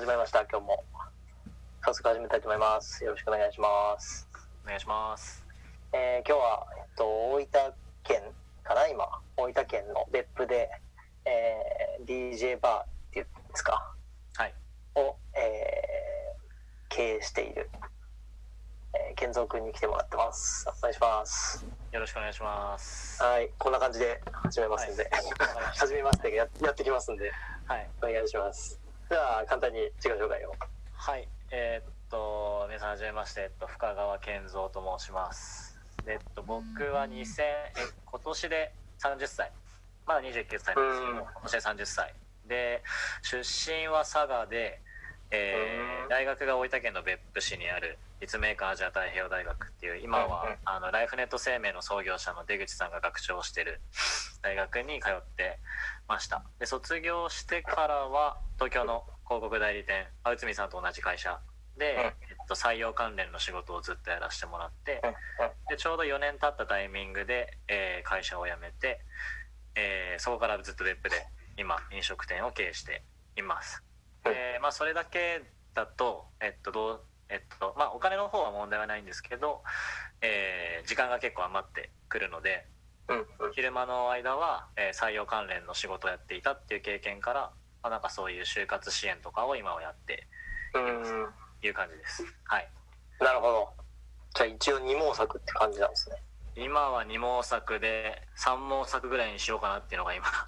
始まりました。今日も早速始めたいと思います。よろしくお願いします。 お願いします。 今日は、大分県かな、今大分県の別府で、DJ バーっていうんですか、 はい、 を、経営している、健三くんに来てもらってます。お願いします。 よろしくお願いします。 はい、こんな感じで始めますんで、はい、始めましてやってきますんで、 はい、 お願いします。では簡単に自己紹介を。 はい、皆さんはじめまして、深川健三と申します。で、僕は今年で30歳、まだ29歳なんですけど、今年で30歳で、出身は佐賀で、大学が大分県の別府市にある立命館アジア太平洋大学っていう、今はライフネット生命の創業者の出口さんが学長をしている大学に通ってました。で、卒業してからは東京の広告代理店内海さんと同じ会社で、採用関連の仕事をずっとやらせてもらって、でちょうど4年経ったタイミングで、会社を辞めて、そこからずっと別府で今飲食店を経営しています。それだけだと、お金の方は問題はないんですけど、時間が結構余ってくるので、昼間の間は、採用関連の仕事をやっていたっていう経験から、なんかそういう就活支援とかを今はやっていますという感じです。はい。 なるほど。じゃあ一応二毛作って感じなんですね。 今は2毛作で3毛作ぐらいにしようかなっていうのが今。 はい、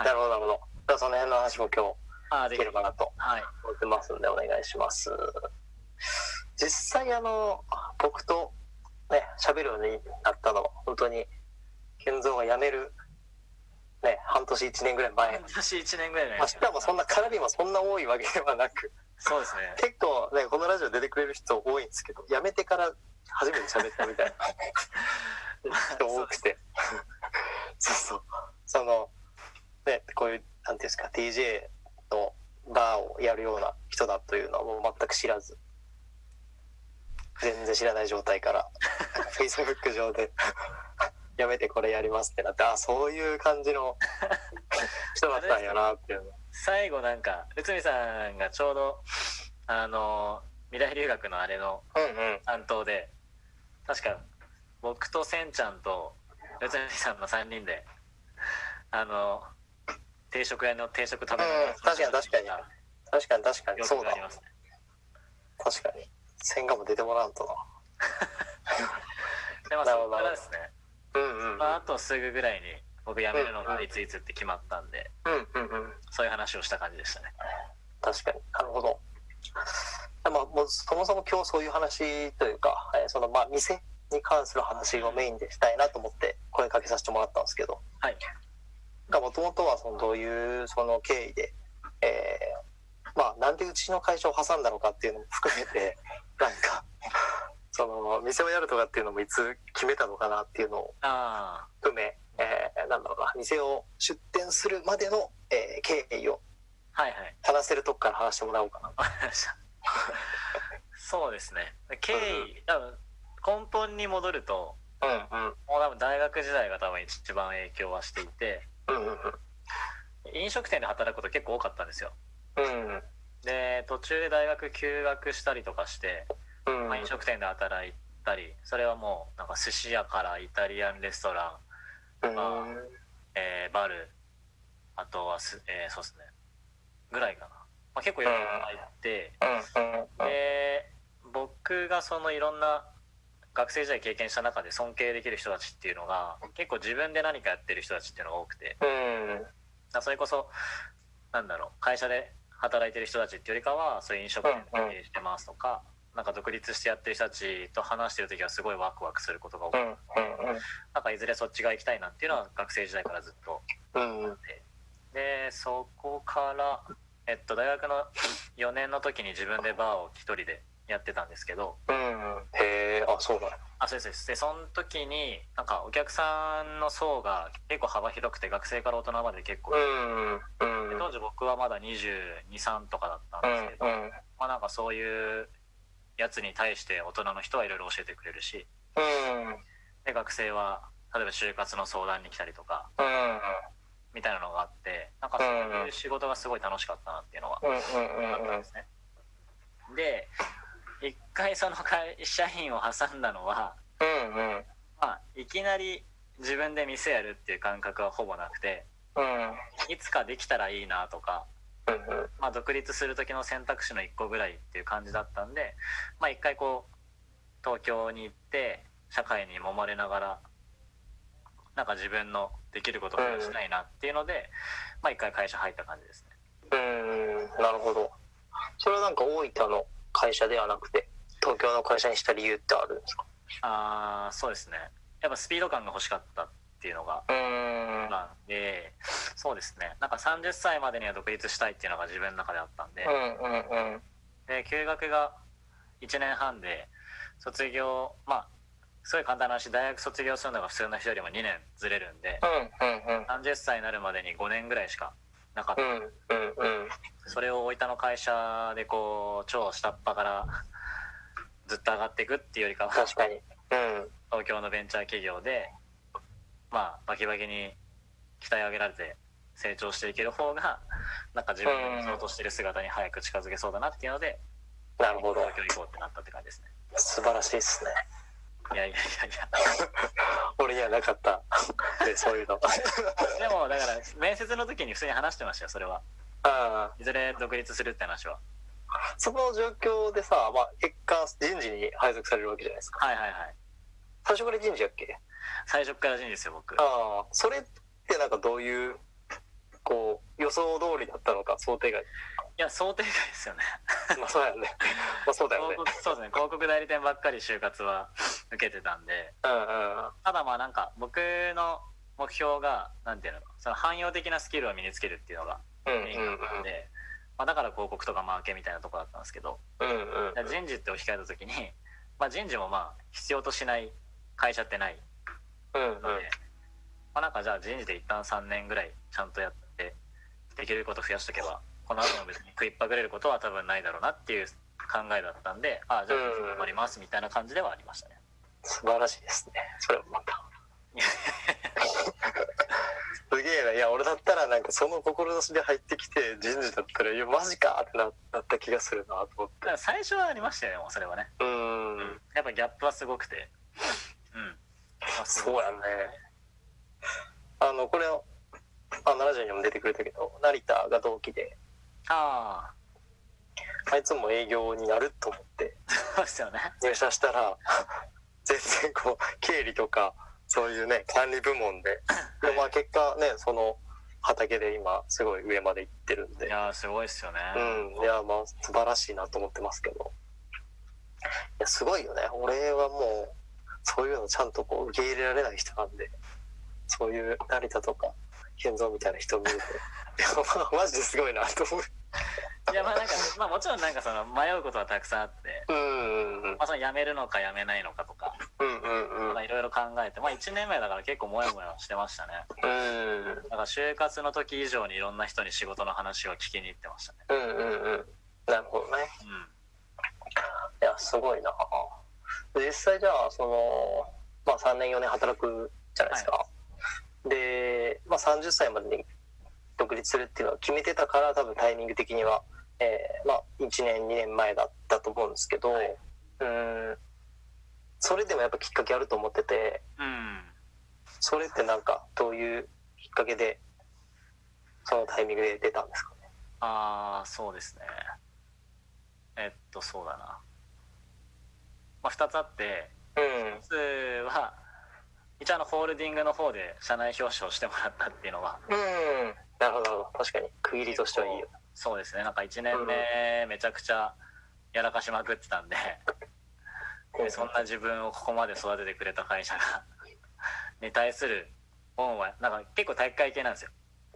なるほどなるほど。じゃあその辺の話も今日できればなと思ってますんで、お願いします。実際僕とね喋るようになったのは本当に健三が辞めるね、半年1年ぐらい前。 半年1年ぐらい前。しかもそんな絡みもそんな多いわけではなく。 そうですね。 結構ね、このラジオ出てくれる人多いんですけど、辞めてから初めて喋ったみたいな人多くて。そうね、こういう、なんていうんですか、DJ のバーをやるような人だというのはもう全く知らず。全然知らない状態から、Facebook 上で。やめてこれやりますってなって、そういう感じの人だったんやなっていうの。 最後なんか内海さんがちょうど未来留学のあれの担当で、確か僕とせんちゃんと内海さんの3人で定食屋の定食食べながら、 確かにそうだ、 ありますね。 確かに千賀も出てもらうとな。 でそこからですね、あとすぐぐらいに僕辞めるのがいついつって決まったんで、そういう話をした感じでしたね。 確かに、なるほど。もうそもそも今日そういう話というか、店に関する話をメインでしたいなと思って声かけさせてもらったんですけど、もともとはどういうその経緯で、なんでうちの会社を挟んだのかっていうのも含めて、なんかその店をやるとかっていうのもいつ決めたのかなっていうのを含め、店を出店するまでの、経緯を話せるとこから話してもらおうかな。 そうですね。経緯、多分根本に戻ると、もう多分大学時代が多分一番影響はしていて、飲食店で働くこと結構多かったんですよ。で途中で大学休学したりとかして、飲食店で働いたり、それはもうなんか寿司屋からイタリアンレストラン、バル、あとはそうですねぐらいかな、結構いろいろ入って、で僕がそのいろんな学生時代経験した中で尊敬できる人たちっていうのが結構自分で何かやってる人たちっていうのが多くて、それこそ会社で働いてる人たちっていうよりかは、そういう飲食店で経営してますとか、なんか独立してやってる人たちと話してる時はすごいワクワクすることが多くて、なんかいずれそっちが行きたいなっていうのは学生時代からずっとあって、でそこから、大学の4年の時に自分でバーを一人でやってたんですけど、 そうだね。 そうです。でその時になんかお客さんの層が結構幅広くて、学生から大人まで結構、で当時僕はまだ22、3とかだったんですけど、なんかそういうやつに対して大人の人はいろいろ教えてくれるし、で学生は例えば就活の相談に来たりとか、みたいなのがあって、なんかそういう仕事がすごい楽しかったなっていうのはですね。で一回その会社員を挟んだのは、まあいきなり自分で店やるっていう感覚はほぼなくて、いつかできたらいいなとか、まあ、独立する時の選択肢の1個ぐらいっていう感じだったんで、まあ一回こう東京に行って社会に揉まれながらなんか自分のできることを増やしたいなっていうので、まあ一回会社入った感じですね。 なるほど。それはなんか大分の会社ではなくて東京の会社にした理由ってあるんですか？ そうですね。やっぱスピード感が欲しかったっていうのがなんで、そうですね。なんか30歳までには独立したいっていうのが自分の中であったんで、で休学が1年半で卒業、まあすごい簡単な話、大学卒業するのが普通の人よりも2年ずれるんで、30歳になるまでに5年ぐらいしかなかった。それを大分の会社でこう超下っ端からずっと上がっていくっていうよりかは、 確かに、 東京のベンチャー企業でまあバキバキに鍛え上げられて成長していける方がなんか自分の理想としてる姿に早く近づけそうだなっていうので、 なるほど、 東京行こうってなったって感じですね。 素晴らしいですね。 いや俺にはなかったでそういうのでもだから面接の時に普通に話してましたよ、それは。いずれ独立するって話は。 その状況でさ、まあ、月間人事に配属されるわけじゃないですか。最初から人事やっけ？ 最初から人事ですよ、僕。 それってなんかどういうこう予想通りだったのか、想定外？ いや想定外ですよねまあそうやねまあそうだよね。 そうですね、広告代理店ばっかり就活は受けてたんで、ただまあなんか僕の目標がなんていうの、その汎用的なスキルを身につけるっていうのがメインだったんで、まあ、だから広告とかマーケみたいなとこだったんですけど、人事って置き換えた時に、まあ、人事もまあ必要としない会社ってないので、まあ、なんかじゃあ人事で一旦3年ぐらいちゃんとやってできること増やしとけばこの後も別に食いっぱぐれることは多分ないだろうなっていう考えだったんで、じゃあ頑張りますみたいな感じではありましたね。 素晴らしいですね、それもまたすげえな。いや俺だったらなんかその志で入ってきて人事だったらいやマジかってなった気がするなと思って。 最初はありましたよね、それはね。やっぱギャップはすごくて、 そうやね。これラジオにも出てくれたけど成田が同期で、あいつも営業になると思ってそうですよね、 入社したら全然こう経理とかそういうね管理部門で、まあ結果ねその畑で今すごい上まで行ってるんで、 いやすごいっすよね。 いやまあ素晴らしいなと思ってますけど、いやすごいよね。俺はもうそういうのちゃんとこう受け入れられない人なんで、そういう成田とか健三みたいな人を見るといやマジですごいなと思う。 いやまあなんか、まあ、もちろんなんかその迷うことはたくさんあって、まあ、その辞めるのか辞めないのかとかいろいろ考えて、まあ、1年目だから結構モヤモヤしてましたね。だから就活の時以上にいろんな人に仕事の話を聞きに行ってましたね。 なるほどね。いやすごいな。実際じゃあその、まあ、3年4年働くじゃないですか、で、まあ、30歳までに独立するっていうのは決めてたから多分タイミング的には、まあ、1年2年前だったと思うんですけど、それでもやっぱきっかけあると思ってて、それってなんかどういうきっかけでそのタイミングで出たんですかね？ そうですね、そうだな、まあ、2つあって、1つは一応ホールディングの方で社内表彰してもらったっていうのは、 なるほど、確かに区切りとしてはいいよ。 そうですね、なんか1年目めちゃくちゃやらかしまくってたんで、そんな自分をここまで育ててくれた会社がに対する恩はなんか結構体育会系なんですよ。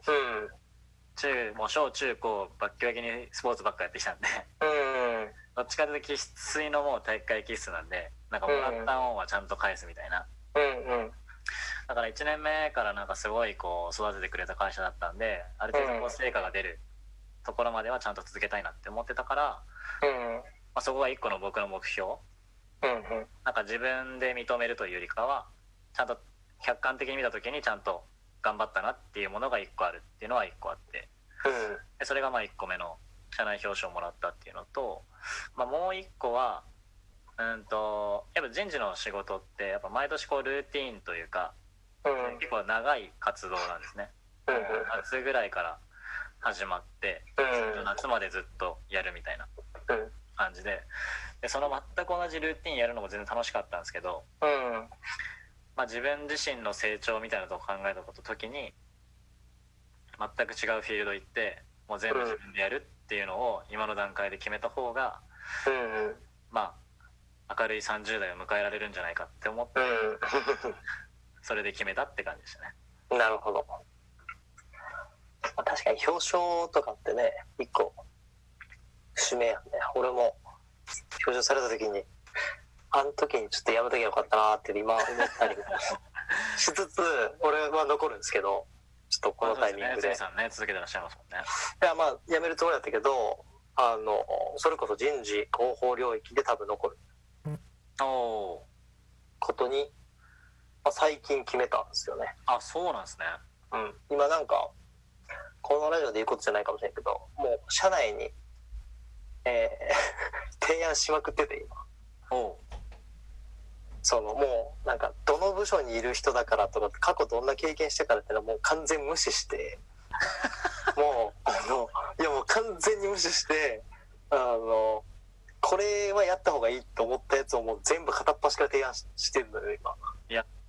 もう小中高バッキバキにスポーツばっかやってきたんでどっちかというと生粋のもう体育会気質なんで、なんかもらった恩はちゃんと返すみたいな、だから1年目からなんかすごいこう育ててくれた会社だったんで、ある程度こう成果が出るところまではちゃんと続けたいなって思ってたから、まあ、そこが一個の僕の目標、なんか自分で認めるというよりかはちゃんと客観的に見た時にちゃんと頑張ったなっていうものが1個あるっていうのは1個あって、でそれがまあ1個目の社内表彰をもらったっていうのと、もう一個はやっぱ人事の仕事ってやっぱ毎年こうルーティーンというか、結構長い活動なんですね。夏ぐらいから始まって、夏までずっとやるみたいな感じで、その全く同じルーティンやるのも全然楽しかったんですけど、自分自身の成長みたいなとこ考えた時に全く違うフィールド行ってもう全部自分でやるっていうのを今の段階で決めた方が、明るい30代を迎えられるんじゃないかって思って、それで決めたって感じでしたね。 なるほど。確かに表彰とかってね、一個節目やんね。俺も表彰された時にあの時にちょっとやめときゃよかったなって今思ったりしつつ、俺は残るんですけど、ちょっとこのタイミングで。 さんね、続けてらっしゃいますもんね。 いや、やめるつもりだったけど、それこそ人事広報領域で多分残ることに、最近決めたんですよね。 あ、そうなんですね。 今なんかこのラジオで言うことじゃないかもしれないけど、もう社内に、提案しまくってて今。もうなんかどの部署にいる人だからとか過去どんな経験してからってのはもう完全無視してもう完全に無視してこれはやった方がいいと思ったやつをもう全部片っ端から提案してるのよ今。 いや